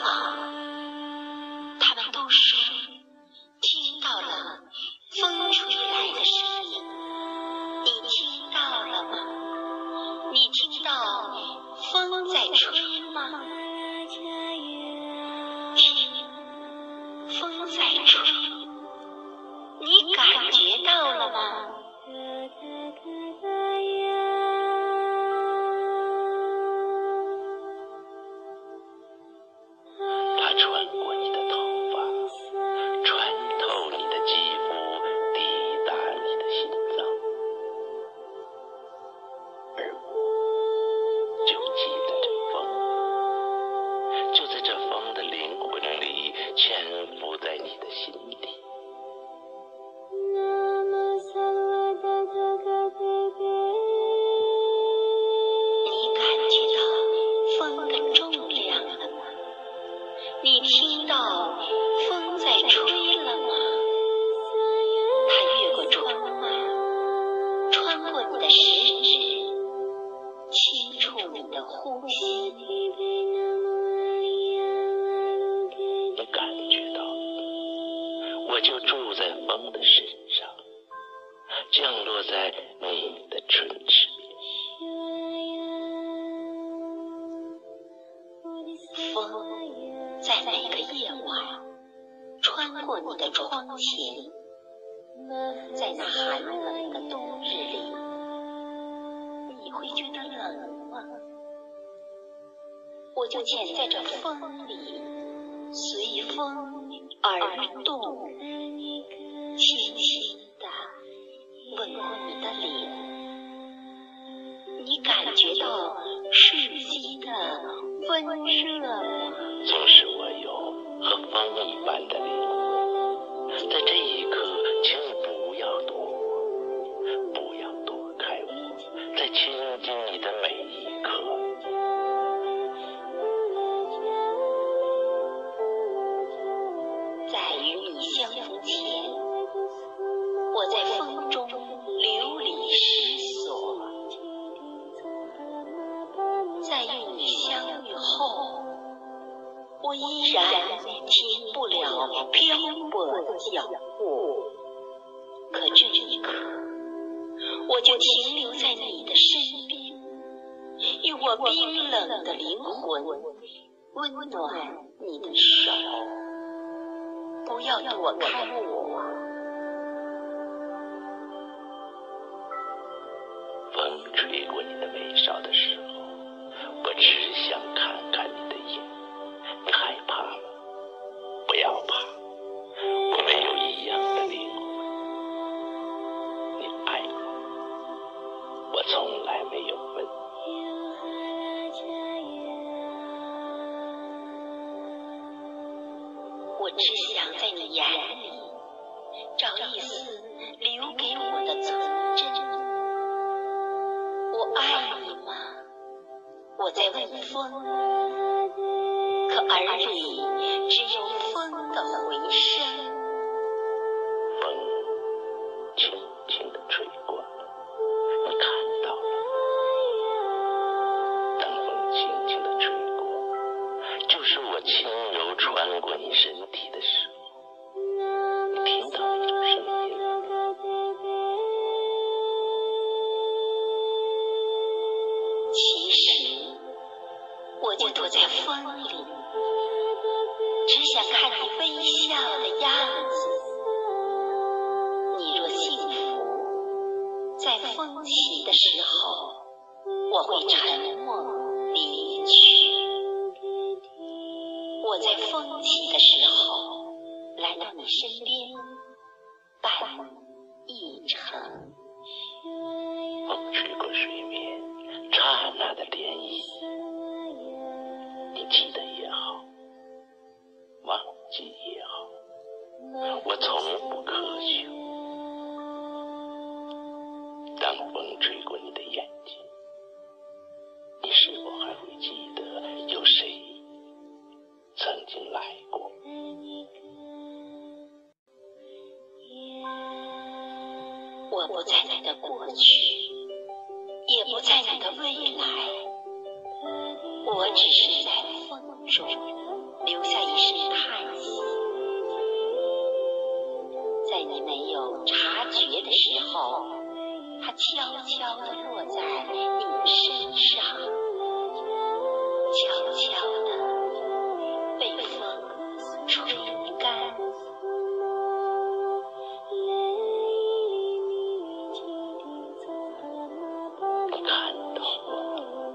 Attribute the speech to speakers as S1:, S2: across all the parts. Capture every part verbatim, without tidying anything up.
S1: 吗？他们都说听到了风吹来的声音，你听到了吗？你听到风在吹吗？听，风在吹，你感觉到了吗？
S2: 它穿过你的头发，穿透你的肌肤，抵达你的心脏，而我就记得这风，就在这风的灵魂里，潜伏在你的心底。
S1: 你感觉到风的重量了吗？你听到风在吹了吗？它越过窗外，穿过你的食指，轻触你的呼吸。
S2: 你感觉到，我就住在风的身上，降落在你的唇齿边。
S1: 风在每个夜晚穿过你的窗前，在那寒冷的冬日里，你会觉得冷吗？我就潜在这风里，随风而动，轻轻地吻过你的脸。你感觉到世间的温热吗？
S2: 总是我有和风一般的灵魂，在这一刻，请你不要躲我，不要躲开我，在倾听你的每一刻。
S1: 在与你相逢前，我在风中流离失所；在与你相遇后，我依然停不了漂泊的脚步。可这一刻，我就停留在你的身边，用我冰冷的灵魂温暖你的手。不要躲开我。
S2: 风吹过你的眉梢的时候，我只想看看你的眼。你害怕吗？不要怕，我们有一样的灵魂。你爱我，我从来没有问。
S1: 我只想在你眼里找一丝留给我的纯真。我爱你吗？我在问风，可耳里只有风的回声。
S2: 风轻轻地吹过，你看到了。当风轻轻地吹过，就是我轻柔穿过你身体的时候，你听到那种声音吗？
S1: 其实我就躲在风里，只想看你微笑的样子。你若幸福，在风起的时候，我会沉默离去。我在风起的时候来到你身边，伴你一程。
S2: 风吹过水面，刹那的涟漪，你记得也好，忘记也好，我从不苛求。当风吹过你的眼睛，你是否还会记得有谁曾经来过？
S1: 我不在你的过去，也不在你的未来，我只是在风中留下一声叹息。在你没有察觉的时候，它悄悄地落在你的身上，悄悄地被风吹干。
S2: 你看到我了，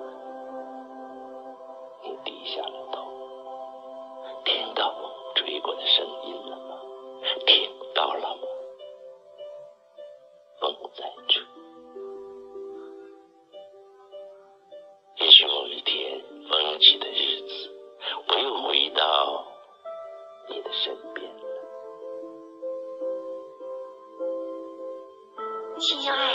S2: 你低下了头，听到风吹过的声音了吗？听到了吗？风在吹。也许某一天风起的日子，我又回到你的身边了。
S1: 亲爱